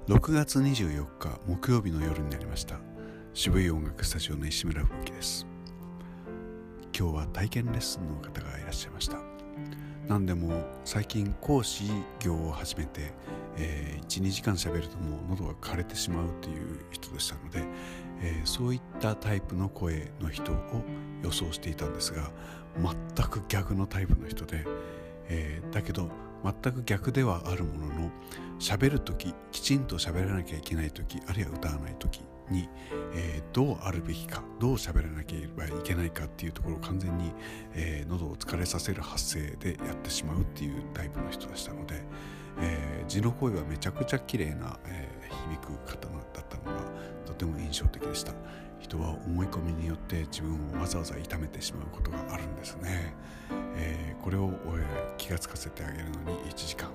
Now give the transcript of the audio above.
6月24日木曜日の夜になりました。渋い音楽スタジオの石村風紀です。今日は体験レッスンの方がいらっしゃいました。何でも最近講師業を始めて、1,2 時間喋るともう喉が枯れてしまうという人でしたので、そういったタイプの声の人を予想していたんですが、全く逆のタイプの人で、だけど全く逆ではあるものの、喋るとき、きちんと喋らなきゃいけないとき、あるいは歌わないときに、どうあるべきか、どう喋らなければいけないかっていうところを完全に、喉を疲れさせる発声でやってしまうっていうタイプの人でしたので、地の声はめちゃくちゃ綺麗な、響く方だったのがとても印象的でした。人は思い込みによって自分をわざわざ痛めてしまうことがあるんですね。これを、気がつかせてあげるのに1時間